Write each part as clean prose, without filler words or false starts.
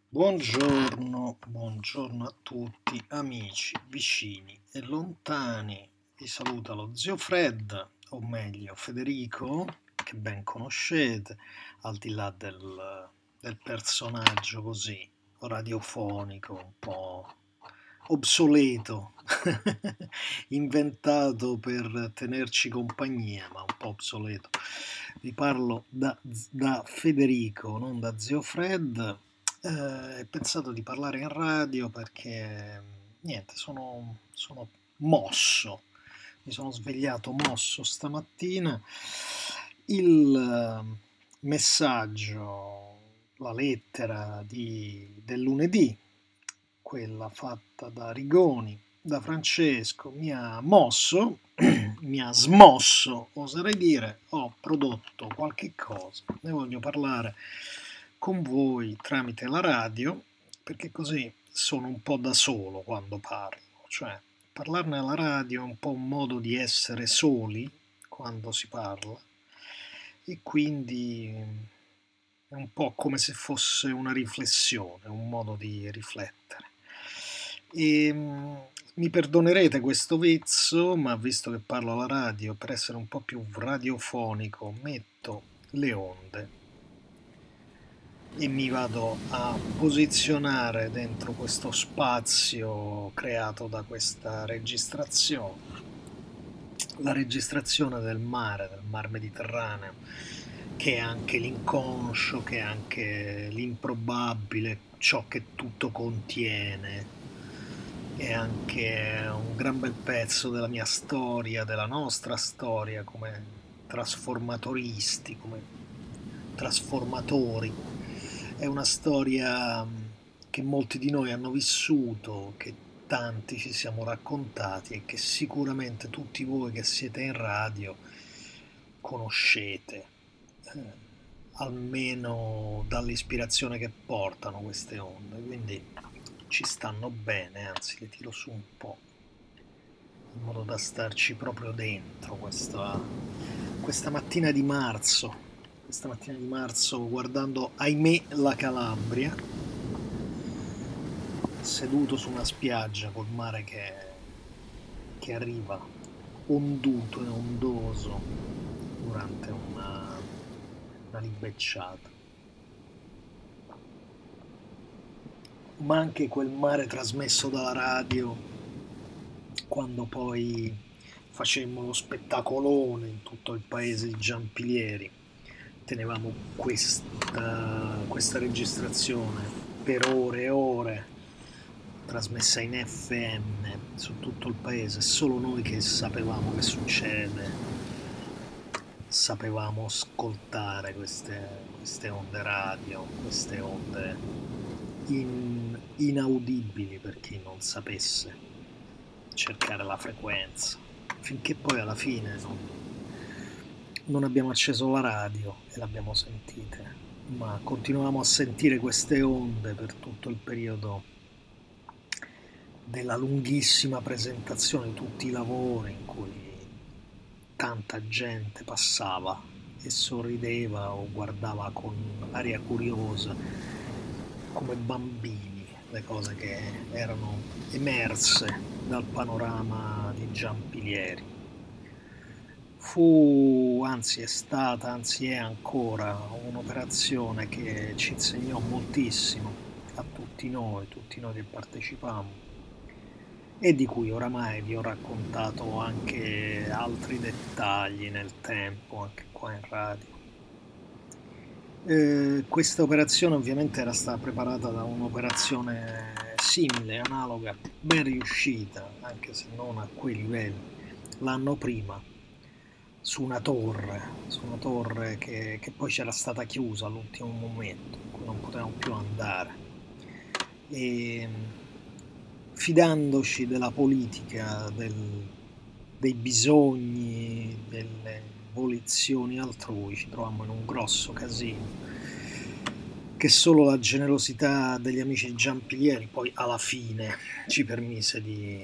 Buongiorno a tutti, amici, vicini e lontani. Vi saluta lo zio Fred, o meglio Federico, che ben conoscete, al di là del personaggio così radiofonico, un po' obsoleto, inventato per tenerci compagnia, ma un po' obsoleto. Vi parlo da Federico, non da zio Fred. Ho pensato di parlare in radio perché niente, sono mosso. Mi sono svegliato mosso stamattina. Il messaggio, la lettera del lunedì, quella fatta da Rigoni, da Francesco, mi ha mosso, mi ha smosso, oserei dire. Ho prodotto qualche cosa, ne voglio parlare con voi tramite la radio, perché così sono un po' da solo quando parlo, cioè parlarne alla radio è un po' un modo di essere soli quando si parla e quindi è un po' come se fosse una riflessione, un modo di riflettere. E, mi perdonerete questo vezzo, ma visto che parlo alla radio, per essere un po' più radiofonico, metto le onde e mi vado a posizionare dentro questo spazio creato da questa registrazione, la registrazione del Mar Mediterraneo, che è anche l'inconscio, che è anche l'improbabile, ciò che tutto contiene, è anche un gran bel pezzo della mia storia, della nostra storia come trasformatoristi, come trasformatori. È una storia che molti di noi hanno vissuto, che tanti ci siamo raccontati e che sicuramente tutti voi che siete in radio conoscete, almeno dall'ispirazione che portano queste onde, quindi ci stanno bene, anzi le tiro su un po', in modo da starci proprio dentro questa mattina di marzo. Questa mattina di marzo, guardando, ahimè, la Calabria, seduto su una spiaggia col mare che arriva onduto e ondoso durante una libecciata. Ma anche quel mare trasmesso dalla radio quando poi facemmo lo spettacolone in tutto il paese di Giampilieri. Tenevamo questa registrazione per ore e ore, trasmessa in FM su tutto il paese, solo noi che sapevamo che succede, sapevamo ascoltare queste onde radio, queste onde inaudibili per chi non sapesse cercare la frequenza, finché poi alla fine non abbiamo acceso la radio e l'abbiamo sentite, ma continuavamo a sentire queste onde per tutto il periodo della lunghissima presentazione di tutti i lavori in cui tanta gente passava e sorrideva o guardava con aria curiosa come bambini le cose che erano emerse dal panorama di Giampilieri. Anzi è stata, anzi è ancora un'operazione che ci insegnò moltissimo a tutti noi che partecipammo e di cui oramai vi ho raccontato anche altri dettagli nel tempo, anche qua in radio. Questa operazione ovviamente era stata preparata da un'operazione simile, analoga, ben riuscita, anche se non a quei livelli, l'anno prima, su una torre che poi c'era stata chiusa all'ultimo momento, in cui non potevamo più andare. E fidandoci della politica, dei bisogni, delle volizioni altrui, ci trovammo in un grosso casino che solo la generosità degli amici di Giampilieri poi alla fine ci permise di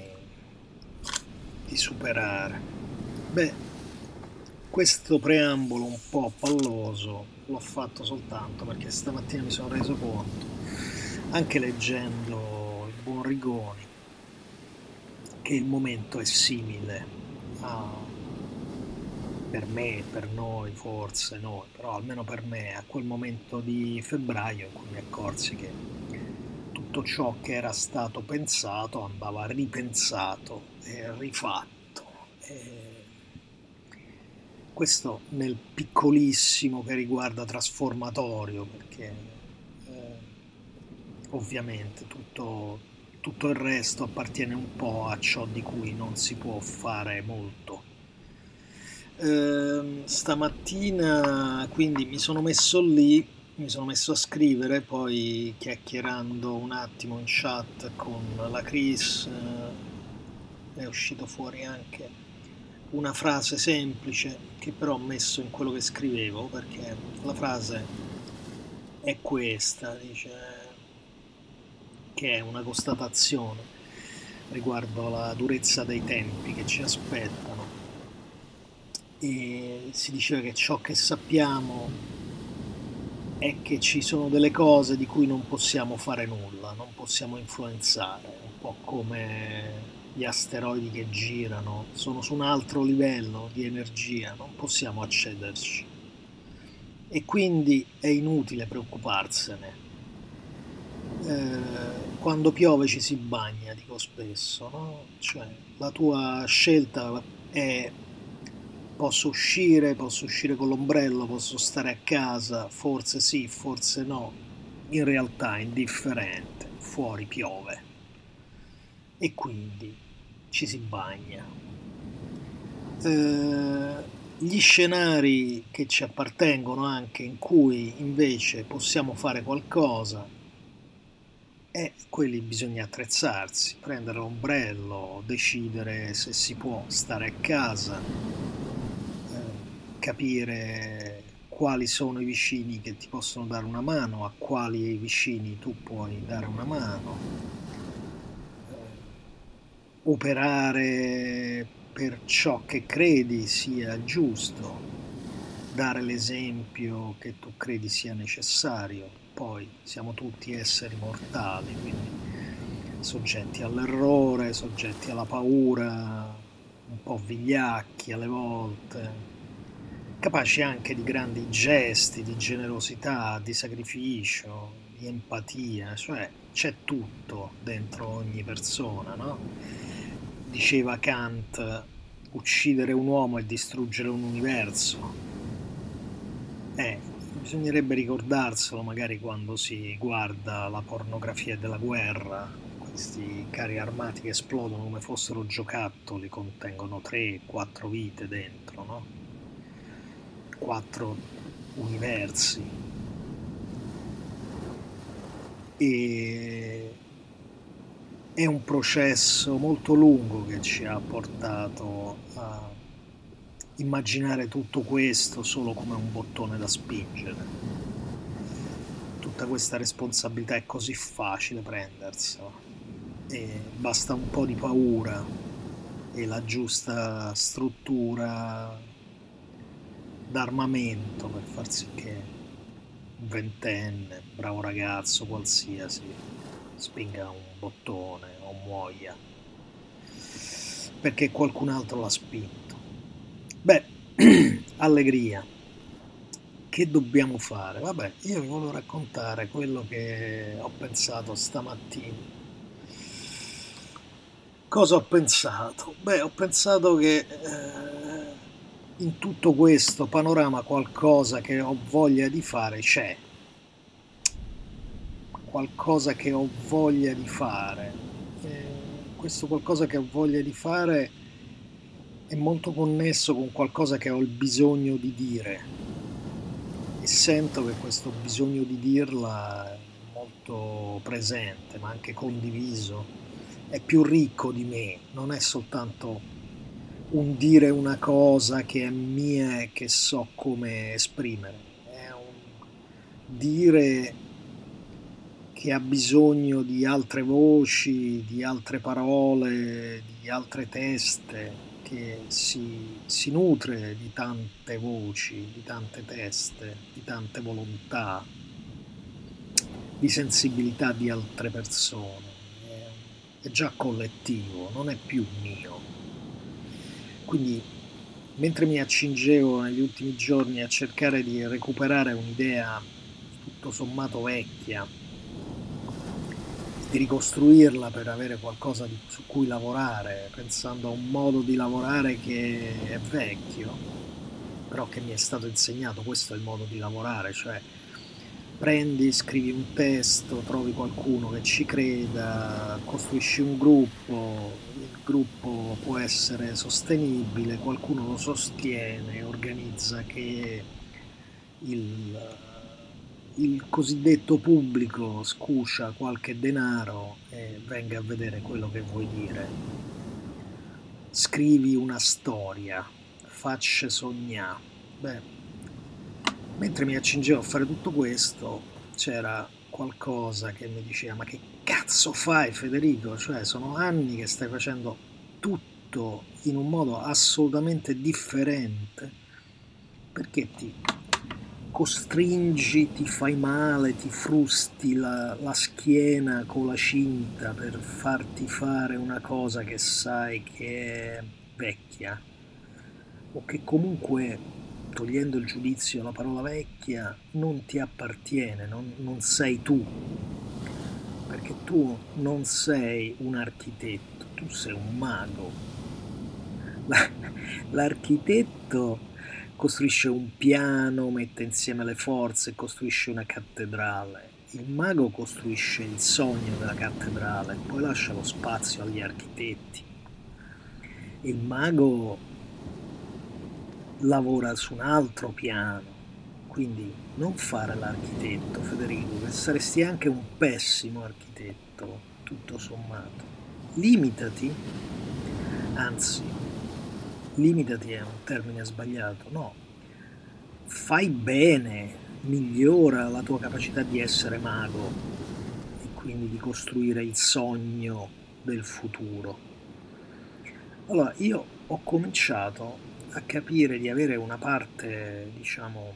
superare. Beh, questo preambolo un po' palloso l'ho fatto soltanto perché stamattina mi sono reso conto anche leggendo il buon Rigoni, che il momento è simile a, per me, per noi, forse noi, però almeno per me, a quel momento di febbraio in cui mi accorsi che tutto ciò che era stato pensato andava ripensato e rifatto. E questo nel piccolissimo che riguarda trasformatorio, perché ovviamente tutto il resto appartiene un po' a ciò di cui non si può fare molto. Stamattina quindi mi sono messo lì, mi sono messo a scrivere, poi chiacchierando un attimo in chat con la Chris, è uscito fuori anche una frase semplice che però ho messo in quello che scrivevo, perché la frase è questa, dice che è una constatazione riguardo alla durezza dei tempi che ci aspettano, e si diceva che ciò che sappiamo è che ci sono delle cose di cui non possiamo fare nulla, non possiamo influenzare, un po' come gli asteroidi che girano, sono su un altro livello di energia, non possiamo accederci e quindi è inutile preoccuparsene. Quando piove ci si bagna, dico spesso, no? Cioè, la tua scelta è posso uscire con l'ombrello, posso stare a casa, forse sì, forse no. In realtà è indifferente, fuori piove e quindi ci si bagna. Gli scenari che ci appartengono anche in cui invece possiamo fare qualcosa e quelli bisogna attrezzarsi, prendere l'ombrello, decidere se si può stare a casa, capire quali sono i vicini che ti possono dare una mano, a quali vicini tu puoi dare una mano, operare per ciò che credi sia giusto, dare l'esempio che tu credi sia necessario. Poi siamo tutti esseri mortali, quindi soggetti all'errore, soggetti alla paura, un po' vigliacchi alle volte, capaci anche di grandi gesti, di generosità, di sacrificio, di empatia, cioè c'è tutto dentro ogni persona, no? Diceva Kant, uccidere un uomo è distruggere un universo. Bisognerebbe ricordarselo magari quando si guarda la pornografia della guerra, questi carri armati che esplodono come fossero giocattoli, contengono 3-4 vite dentro, no? 4 universi. E è un processo molto lungo che ci ha portato a immaginare tutto questo solo come un bottone da spingere. Tutta questa responsabilità è così facile prendersela e basta un po' di paura e la giusta struttura d'armamento per far sì che un ventenne, un bravo ragazzo qualsiasi, spinga un bottone o muoia perché qualcun altro l'ha spinto. Beh, allegria. Che dobbiamo fare? Vabbè, io vi volevo raccontare quello che ho pensato stamattina. Cosa ho pensato? Beh, ho pensato che in tutto questo panorama qualcosa che ho voglia di fare c'è, qualcosa che ho voglia di fare. Questo qualcosa che ho voglia di fare è molto connesso con qualcosa che ho il bisogno di dire e sento che questo bisogno di dirla è molto presente, ma anche condiviso, è più ricco di me, non è soltanto un dire una cosa che è mia e che so come esprimere, è un dire che ha bisogno di altre voci, di altre parole, di altre teste, che si nutre di tante voci, di tante teste, di tante volontà. di sensibilità di altre persone, è già collettivo, non è più mio. Quindi, mentre mi accingevo negli ultimi giorni a cercare di recuperare un'idea tutto sommato vecchia, di ricostruirla per avere qualcosa su cui lavorare, pensando a un modo di lavorare che è vecchio, però che mi è stato insegnato, questo è il modo di lavorare, cioè prendi, scrivi un testo, trovi qualcuno che ci creda, costruisci un gruppo, il gruppo può essere sostenibile, qualcuno lo sostiene, organizza che il, il cosiddetto pubblico scucia qualche denaro e venga a vedere quello che vuoi dire. Scrivi una storia, facce sognare. Beh, mentre mi accingevo a fare tutto questo, c'era qualcosa che mi diceva: Ma che cazzo fai, Federico? Cioè, sono anni che stai facendo tutto in un modo assolutamente differente. Perché ti costringi, ti fai male, ti frusti la schiena con la cinta per farti fare una cosa che sai che è vecchia o che comunque, togliendo il giudizio alla parola vecchia, non ti appartiene, non sei tu, perché tu non sei un architetto, tu sei un mago. La- L'architetto costruisce un piano, mette insieme le forze, costruisce una cattedrale. Il mago costruisce il sogno della cattedrale, poi lascia lo spazio agli architetti. Il mago lavora su un altro piano, quindi non fare l'architetto, Federico, che saresti anche un pessimo architetto, tutto sommato. Limitati, anzi, limitati è un termine sbagliato, no, fai bene, migliora la tua capacità di essere mago e quindi di costruire il sogno del futuro. Allora, io ho cominciato a capire di avere una parte, diciamo,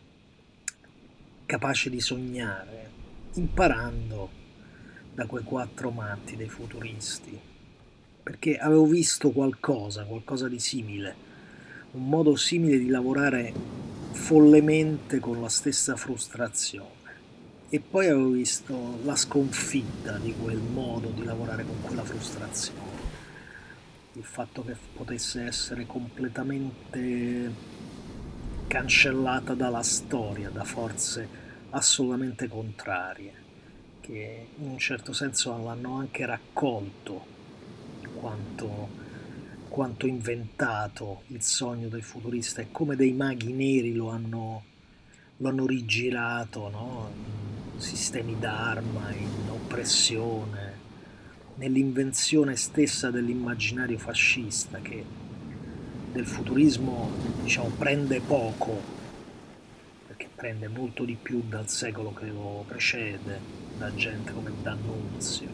capace di sognare, imparando da quei quattro matti dei futuristi, perché avevo visto qualcosa di simile, un modo simile di lavorare follemente con la stessa frustrazione. E poi avevo visto la sconfitta di quel modo di lavorare con quella frustrazione, il fatto che potesse essere completamente cancellata dalla storia, da forze assolutamente contrarie, che in un certo senso l'hanno anche raccolto quanto, quanto inventato il sogno del futurista e come dei maghi neri lo hanno rigirato, no? In sistemi d'arma, in oppressione, nell'invenzione stessa dell'immaginario fascista che del futurismo, diciamo, prende poco, perché prende molto di più dal secolo che lo precede, da gente come D'Annunzio,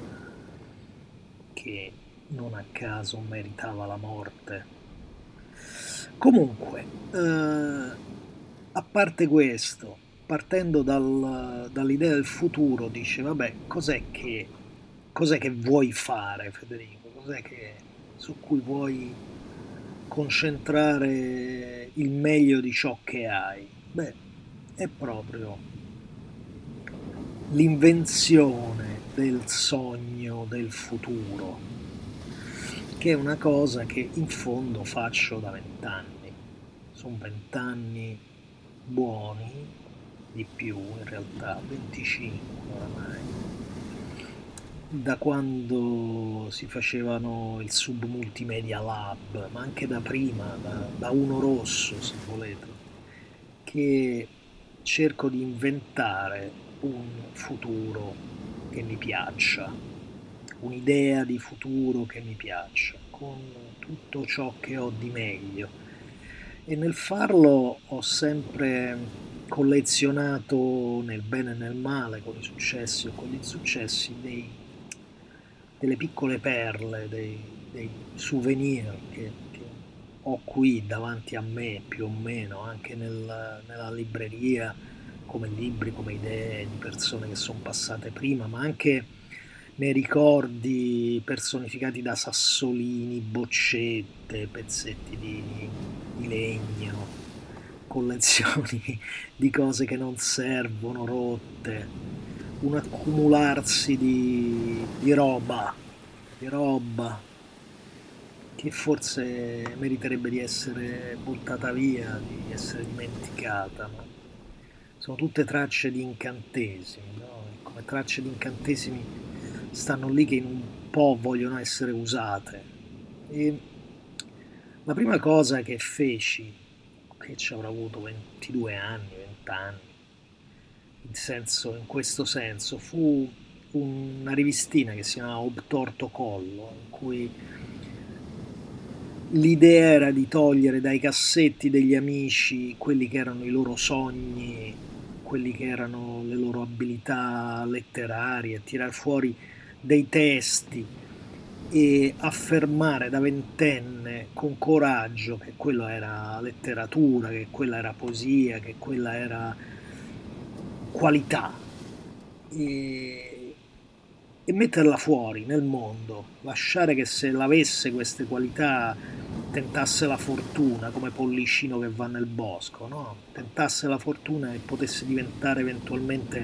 che non a caso meritava la morte. Comunque, a parte questo, partendo dall'idea del futuro, dice, vabbè, cos'è che vuoi fare, Federico? Su cui vuoi concentrare il meglio di ciò che hai? Beh, è proprio l'invenzione del sogno del futuro, che è una cosa che in fondo faccio da 20 anni. Sono 20 anni buoni, di più in realtà, 25 oramai, da quando si facevano il Sub Multimedia Lab, ma anche da prima, da Uno Rosso se volete, che cerco di inventare un futuro che mi piaccia, un'idea di futuro che mi piaccia, con tutto ciò che ho di meglio. E nel farlo ho sempre collezionato nel bene e nel male, con i successi o con gli insuccessi, delle piccole perle, dei souvenir che ho qui davanti a me più o meno, anche nella libreria come libri, come idee di persone che sono passate prima, ma anche nei ricordi personificati da sassolini, boccette, pezzetti di legno, collezioni di cose che non servono, rotte, un accumularsi di roba che forse meriterebbe di essere buttata via, di essere dimenticata, ma sono tutte tracce di incantesimi, no? E come tracce di incantesimi stanno lì che in un po' vogliono essere usate. E la prima cosa che feci, che ci avrò avuto 22 anni, 20 anni, in questo senso, fu una rivistina che si chiamava Obtorto Collo, in cui l'idea era di togliere dai cassetti degli amici quelli che erano i loro sogni, quelli che erano le loro abilità letterarie, tirar fuori dei testi e affermare da ventenne con coraggio che quella era letteratura, che quella era poesia, che quella era qualità e, e metterla fuori nel mondo, lasciare che se l'avesse queste qualità tentasse la fortuna come Pollicino che va nel bosco, no? Tentasse la fortuna e potesse diventare eventualmente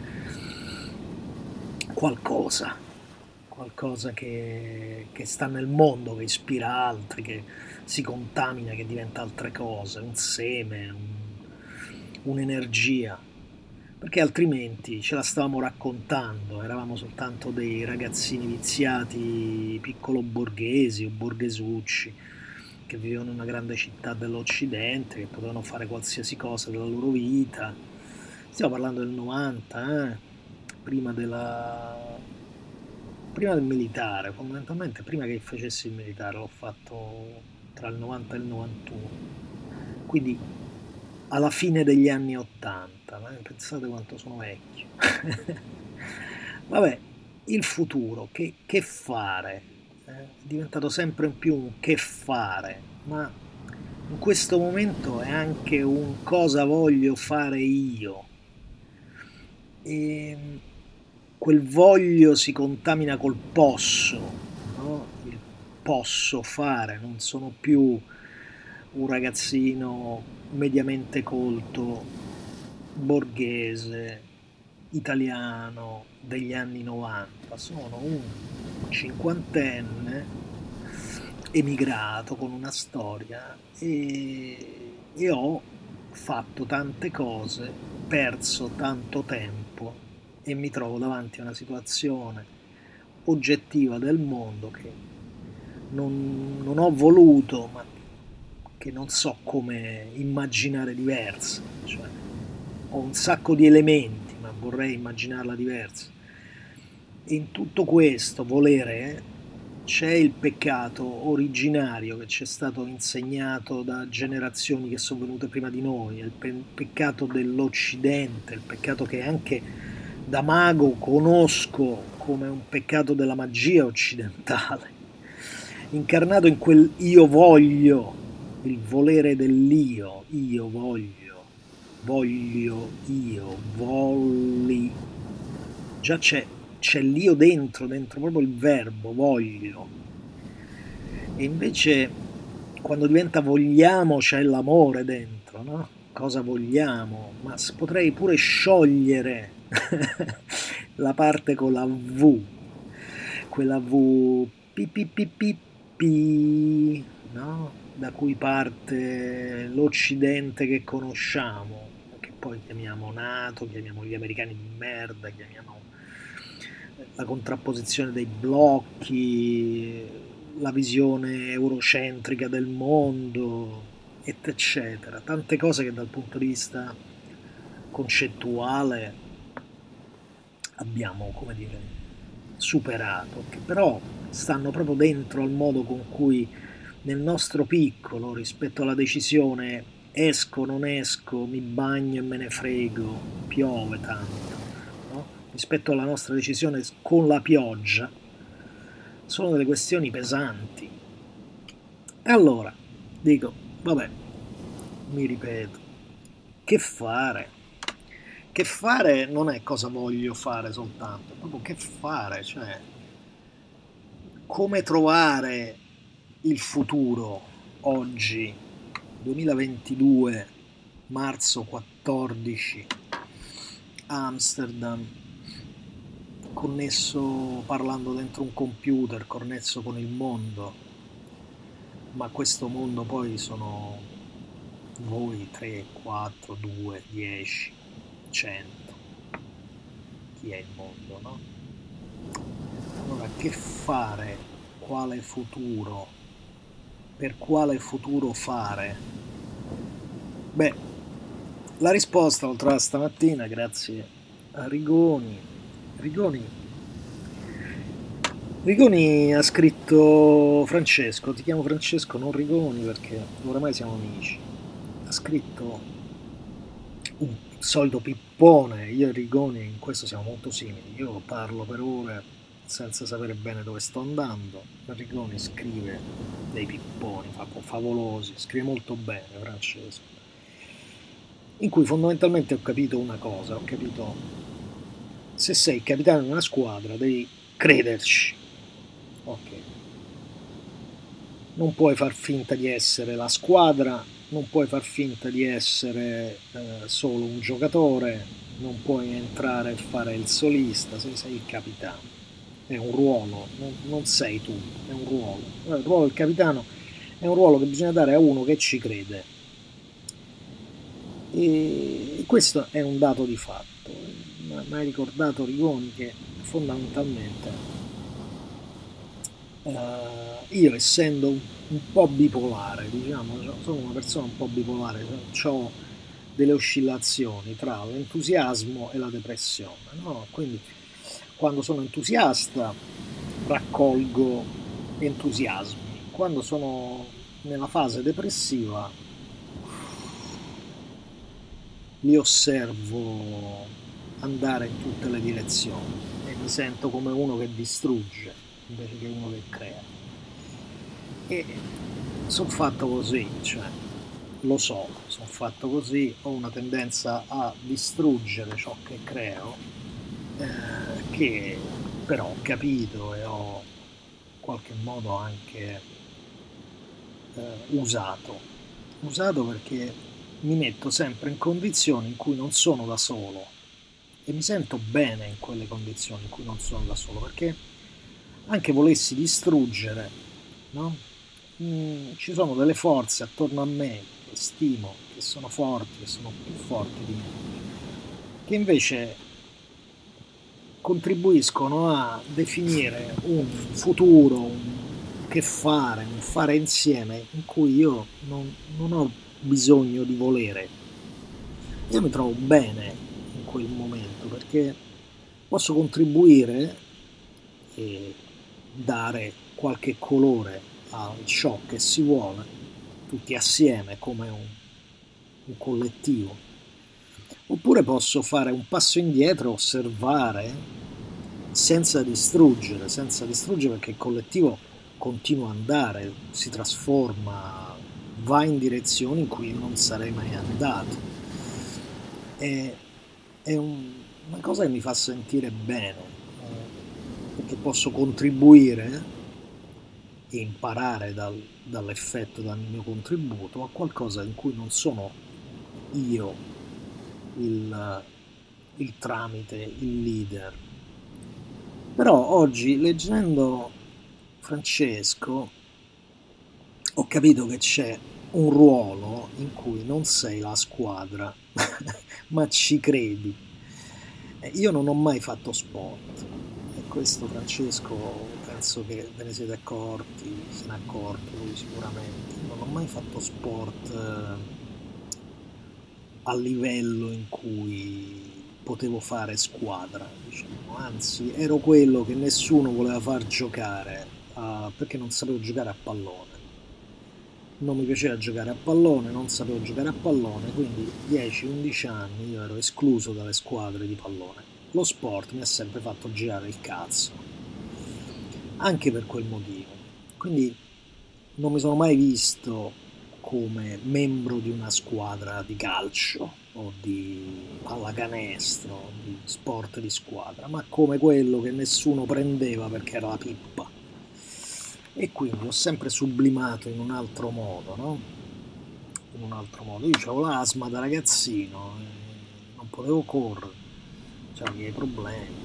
qualcosa, qualcosa che sta nel mondo, che ispira altri, che si contamina, che diventa altre cose, un seme, un'energia, perché altrimenti ce la stavamo raccontando, eravamo soltanto dei ragazzini viziati, piccolo borghesi o borghesucci, che vivevano in una grande città dell'Occidente, che potevano fare qualsiasi cosa della loro vita. Stiamo parlando del 90, prima prima del militare, fondamentalmente prima che facessi il militare, l'ho fatto tra il 90 e il 91, quindi alla fine degli anni 80, pensate quanto sono vecchio. Vabbè, il futuro, che fare? È diventato sempre più un che fare, ma in questo momento è anche un cosa voglio fare io. E quel voglio si contamina col posso, no? Il posso fare, non sono più un ragazzino mediamente colto, borghese, italiano degli anni 90, sono un cinquantenne emigrato con una storia e ho fatto tante cose, perso tanto tempo e mi trovo davanti a una situazione oggettiva del mondo che non ho voluto, ma che non so come immaginare diversa. Cioè, ho un sacco di elementi, ma vorrei immaginarla diversa. E in tutto questo volere c'è il peccato originario che ci è stato insegnato da generazioni che sono venute prima di noi, il peccato dell'Occidente, il peccato che anche da mago conosco come un peccato della magia occidentale, incarnato in quel io voglio, il volere dell'io, io voglio, voglio io, volli, già c'è l'io dentro proprio il verbo, voglio. E invece quando diventa vogliamo c'è l'amore dentro, no? Cosa vogliamo? Ma potrei pure sciogliere la parte con la V, quella V pi, no? Da cui parte l'Occidente che conosciamo, che poi chiamiamo NATO, chiamiamo gli americani di merda, chiamiamo la contrapposizione dei blocchi, la visione eurocentrica del mondo, eccetera. Tante cose che dal punto di vista concettuale abbiamo, come dire, superato, che però stanno proprio dentro al modo con cui nel nostro piccolo, rispetto alla decisione esco, non esco, mi bagno e me ne frego, piove tanto, no? Rispetto alla nostra decisione con la pioggia, sono delle questioni pesanti. E allora, dico, vabbè, mi ripeto, che fare? che fare non è cosa voglio fare soltanto, è proprio che fare, cioè come trovare il futuro oggi, 2022, marzo 14, Amsterdam, connesso parlando dentro un computer, connesso con il mondo, ma questo mondo poi sono voi 3, 4, 2, 10, 100. Chi è il mondo, no? Allora, che fare? Quale futuro? Per quale futuro fare? Beh, la risposta l'ho trovata stamattina grazie a Rigoni. Rigoni, Rigoni ha scritto Francesco, ti chiamo Francesco, non Rigoni perché oramai siamo amici. Ha scritto un solito pippone, io e Rigoni in questo siamo molto simili, io parlo per ore senza sapere bene dove sto andando, Rigoni scrive dei pipponi favolosi, scrive molto bene Francesco, in cui fondamentalmente ho capito una cosa, ho capito se sei il capitano di una squadra devi crederci, ok, non puoi far finta di essere la squadra, non puoi far finta di essere solo un giocatore, non puoi entrare e fare il solista, se sei il capitano. È un ruolo, non sei tu, è un ruolo. Il ruolo del capitano è un ruolo che bisogna dare a uno che ci crede. E questo è un dato di fatto. Mi hai ricordato Rigoni che fondamentalmente io essendo un po' bipolare, diciamo, sono una persona un po' bipolare, ho delle oscillazioni tra l'entusiasmo e la depressione, no? Quindi quando sono entusiasta raccolgo entusiasmi, quando sono nella fase depressiva li osservo andare in tutte le direzioni e mi sento come uno che distrugge invece che uno che crea. E sono fatto così, cioè lo so, sono fatto così, ho una tendenza a distruggere ciò che creo, che però ho capito e ho in qualche modo anche usato perché mi metto sempre in condizioni in cui non sono da solo e mi sento bene in quelle condizioni in cui non sono da solo perché anche volessi distruggere, no? Ci sono delle forze attorno a me che stimo, che sono forti, che sono più forti di me, che invece contribuiscono a definire un futuro, un fare insieme in cui io non ho bisogno di volere. Io mi trovo bene in quel momento perché posso contribuire e dare qualche colore a ciò che si vuole, tutti assieme come un collettivo. Oppure posso fare un passo indietro, osservare senza distruggere perché il collettivo continua ad andare, si trasforma, va in direzioni in cui non sarei mai andato. È, una cosa che mi fa sentire bene, perché posso contribuire e imparare dall'effetto, dal mio contributo a qualcosa in cui non sono io il, il tramite, il leader. Però oggi leggendo Francesco ho capito che c'è un ruolo in cui non sei la squadra, ma ci credi. Io non ho mai fatto sport e questo Francesco penso che ve ne siete accorti, se ne è accorto lui sicuramente. Non ho mai fatto sport a livello in cui potevo fare squadra, diciamo. Anzi ero quello che nessuno voleva far giocare perché non sapevo giocare a pallone. Non mi piaceva giocare a pallone, non sapevo giocare a pallone, quindi 10-11 anni io ero escluso dalle squadre di pallone. Lo sport mi ha sempre fatto girare il cazzo, anche per quel motivo. Quindi non mi sono mai visto come membro di una squadra di calcio o di pallacanestro, di sport di squadra, ma come quello che nessuno prendeva perché era la pippa. E quindi ho sempre sublimato in un altro modo, no? In un altro modo. Io avevo l'asma da ragazzino, non potevo correre, c'avevo i miei problemi.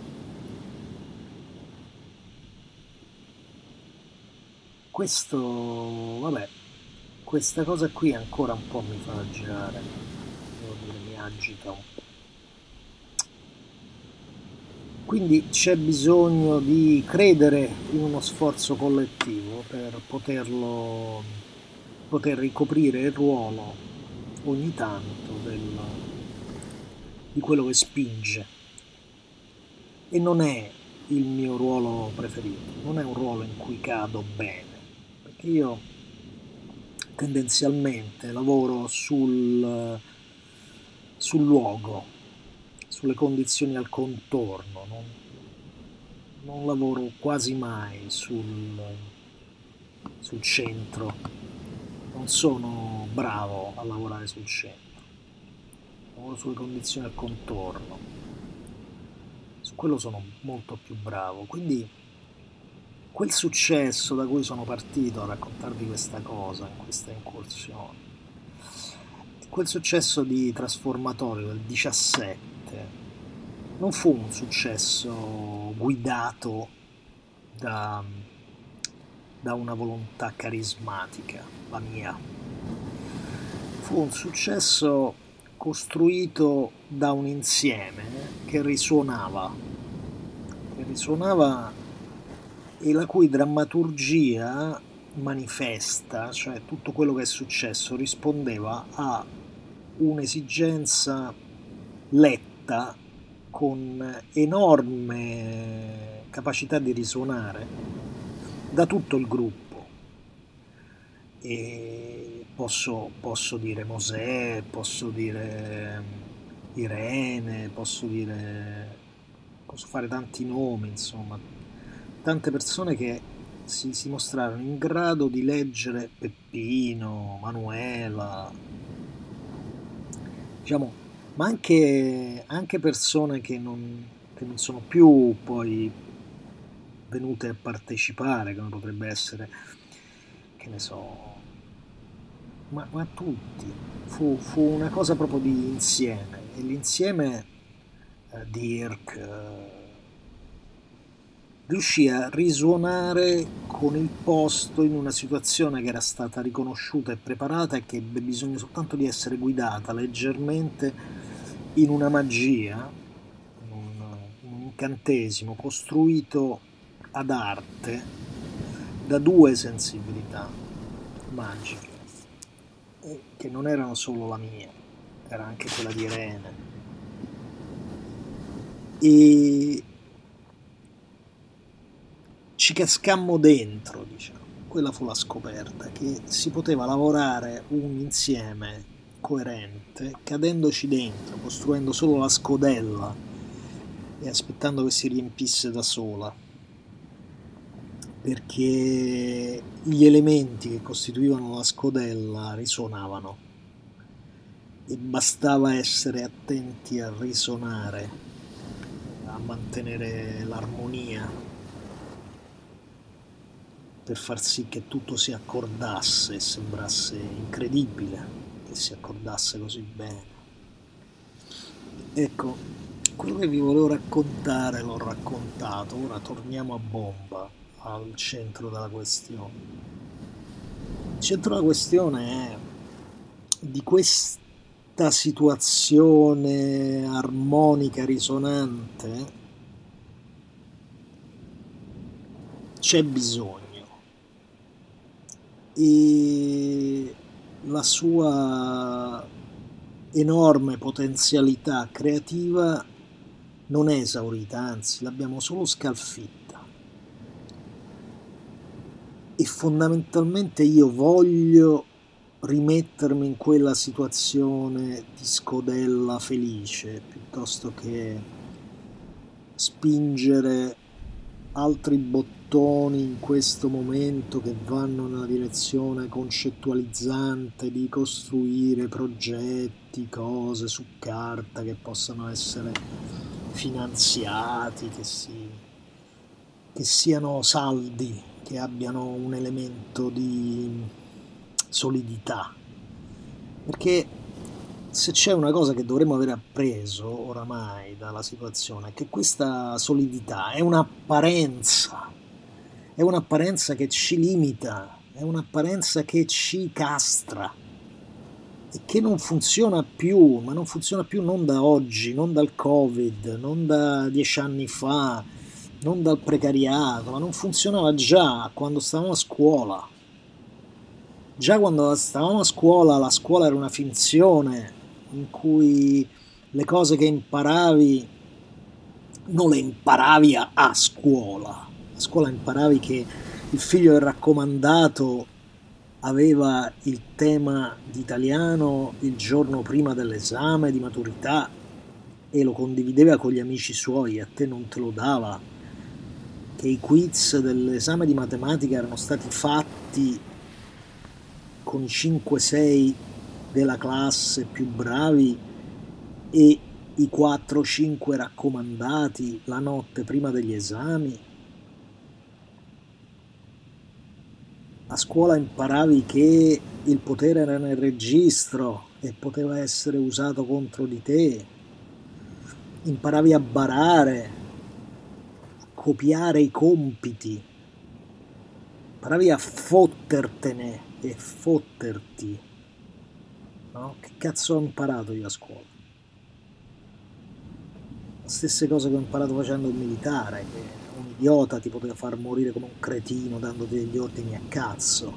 Questo, vabbè, questa cosa qui ancora un po' mi fa girare, devo dire, mi agita un po'. Quindi c'è bisogno di credere in uno sforzo collettivo per poter ricoprire il ruolo ogni tanto di quello che spinge. E non è il mio ruolo preferito, non è un ruolo in cui cado bene, perché io tendenzialmente lavoro sul luogo, sulle condizioni al contorno, non lavoro quasi mai sul centro, non sono bravo a lavorare sul centro, lavoro sulle condizioni al contorno, su quello sono molto più bravo, quindi quel successo da cui sono partito a raccontarvi questa cosa, in questa incursione, quel successo di Trasformatorio del 17 non fu un successo guidato da, da una volontà carismatica, la mia. Fu un successo costruito da un insieme che risuonava e la cui drammaturgia manifesta, cioè tutto quello che è successo rispondeva a un'esigenza letta con enorme capacità di risuonare da tutto il gruppo. E posso dire Mosè, posso dire Irene, posso fare tanti nomi, insomma, tante persone che si mostrarono in grado di leggere Peppino, Manuela, diciamo, ma anche persone che non sono più poi venute a partecipare, come potrebbe essere, che ne so, ma tutti. Fu una cosa proprio di insieme, e l'insieme Dirk riuscì a risuonare con il posto in una situazione che era stata riconosciuta e preparata e che ebbe bisogno soltanto di essere guidata leggermente in una magia, in un incantesimo costruito ad arte da due sensibilità magiche, che non erano solo la mia, era anche quella di Irene. E ci cascammo dentro, diciamo. Quella fu la scoperta, che si poteva lavorare un insieme coerente, cadendoci dentro, costruendo solo la scodella e aspettando che si riempisse da sola, perché gli elementi che costituivano la scodella risuonavano e bastava essere attenti a risonare, a mantenere l'armonia per far sì che tutto si accordasse e sembrasse incredibile che si accordasse così bene. Ecco, quello che vi volevo raccontare l'ho raccontato, ora torniamo a bomba al centro della questione. Il centro della questione è di questa situazione armonica risonante c'è bisogno e la sua enorme potenzialità creativa non è esaurita, anzi l'abbiamo solo scalfitta. E fondamentalmente io voglio rimettermi in quella situazione di scodella felice piuttosto che spingere altri bottoni bottoni in questo momento che vanno nella direzione concettualizzante di costruire progetti, cose su carta che possano essere finanziati, che siano saldi, che abbiano un elemento di solidità. Perché se c'è una cosa che dovremmo aver appreso oramai dalla situazione è che questa solidità è un'apparenza che ci limita, è un'apparenza che ci castra e che non funziona più, ma non funziona più non da oggi, non dal Covid, non da 10 anni fa, non dal precariato, ma non funzionava già quando stavamo a scuola. Già quando stavamo a scuola, la scuola era una finzione in cui le cose che imparavi non le imparavi a scuola. A scuola imparavi che il figlio del raccomandato aveva il tema di italiano il giorno prima dell'esame di maturità e lo condivideva con gli amici suoi, a te non te lo dava, che i quiz dell'esame di matematica erano stati fatti con i 5-6 della classe più bravi e i 4-5 raccomandati la notte prima degli esami. A scuola imparavi che il potere era nel registro e poteva essere usato contro di te. Imparavi a barare, a copiare i compiti. Imparavi a fottertene e fotterti. No? Che cazzo ho imparato io a scuola? Le stesse cose che ho imparato facendo il militare, che un idiota ti poteva far morire come un cretino dandoti degli ordini a cazzo,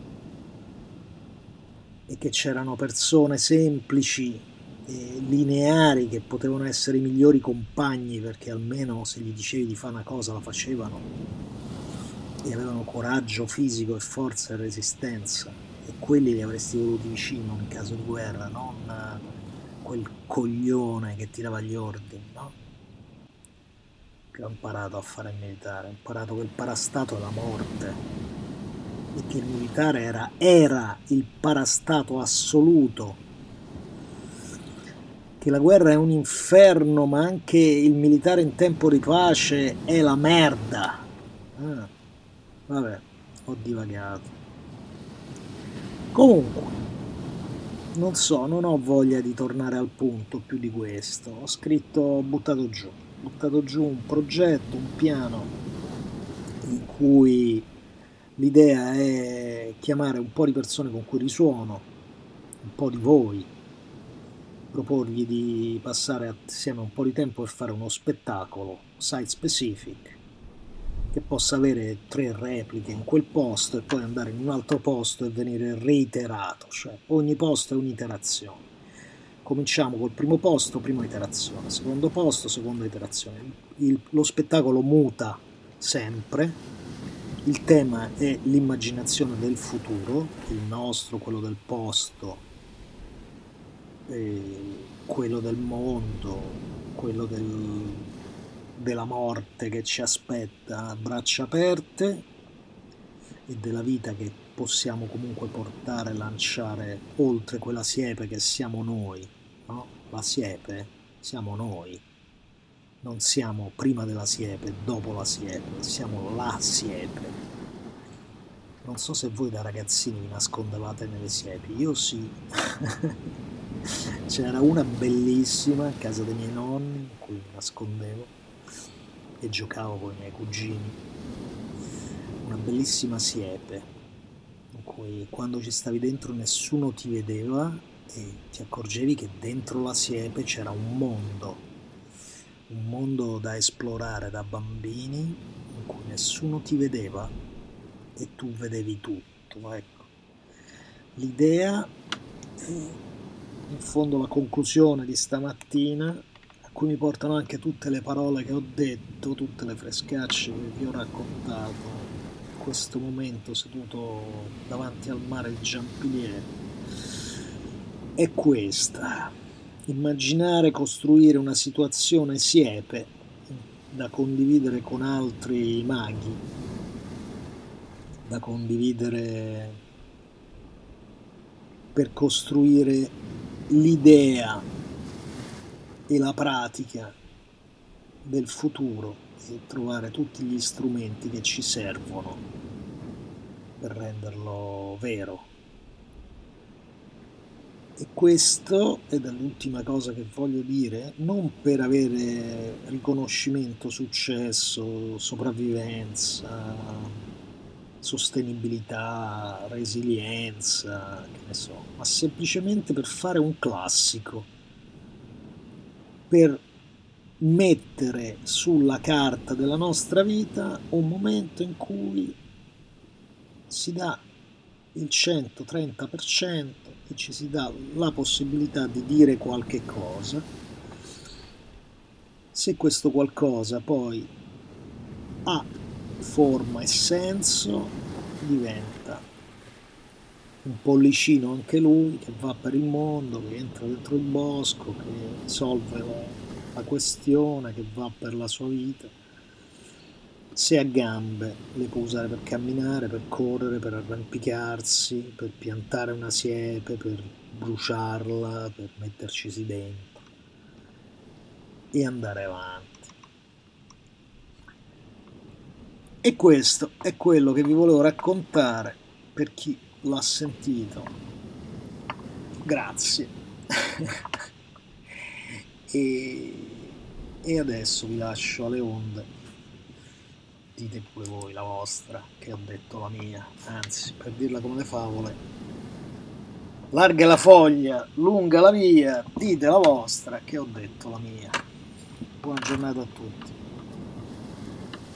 e che c'erano persone semplici e lineari che potevano essere i migliori compagni perché almeno se gli dicevi di fare una cosa la facevano e avevano coraggio fisico e forza e resistenza, e quelli li avresti voluti vicino in caso di guerra, non quel coglione che ti dava gli ordini, no? Che ho imparato a fare il militare, ho imparato che il parastato è la morte e che il militare era il parastato assoluto, che la guerra è un inferno, ma anche il militare in tempo di pace è la merda. Ah, vabbè, ho divagato. Comunque, non so, non ho voglia di tornare al punto più di questo. Ho buttato giù un progetto, un piano in cui l'idea è chiamare un po' di persone con cui risuono, un po' di voi, proporgli di passare assieme un po' di tempo per fare uno spettacolo site specific che possa avere 3 repliche in quel posto e poi andare in un altro posto e venire reiterato, cioè ogni posto è un'iterazione. Cominciamo col primo posto, prima iterazione, secondo posto, seconda iterazione. Lo spettacolo muta sempre, il tema è l'immaginazione del futuro, il nostro, quello del posto, quello del mondo, quello della morte che ci aspetta a braccia aperte e della vita che possiamo comunque portare e lanciare oltre quella siepe che siamo noi, no? La siepe siamo noi, non siamo prima della siepe, dopo la siepe, siamo la siepe. Non so se voi da ragazzini vi nascondevate nelle siepi, io sì. C'era una bellissima a casa dei miei nonni in cui mi nascondevo e giocavo con i miei cugini. Una bellissima siepe in cui quando ci stavi dentro nessuno ti vedeva e ti accorgevi che dentro la siepe c'era un mondo da esplorare da bambini in cui nessuno ti vedeva e tu vedevi tutto, ecco. L'idea è in fondo la conclusione di stamattina, a cui mi portano anche tutte le parole che ho detto, tutte le frescacce che vi ho raccontato in questo momento seduto davanti al mare di Giampilieri, è questa: immaginare, costruire una situazione siepe da condividere con altri maghi da condividere per costruire l'idea e la pratica del futuro e trovare tutti gli strumenti che ci servono per renderlo vero. E questo, ed è l'ultima cosa che voglio dire, non per avere riconoscimento, successo, sopravvivenza, sostenibilità, resilienza, che ne so, ma semplicemente per fare un classico, per mettere sulla carta della nostra vita un momento in cui si dà il 130% e ci si dà la possibilità di dire qualche cosa. Se questo qualcosa poi ha forma e senso, diventa un pollicino anche lui che va per il mondo, che entra dentro il bosco, che risolve la questione, che va per la sua vita. Se ha gambe le può usare per camminare, per correre, per arrampicarsi, per piantare una siepe, per bruciarla, per mettercisi dentro e andare avanti. E questo è quello che vi volevo raccontare per chi l'ha sentito. Grazie. e adesso vi lascio alle onde. Dite pure voi la vostra, che ho detto la mia, anzi, per dirla come le favole, larga la foglia, lunga la via, dite la vostra, che ho detto la mia. Buona giornata a tutti.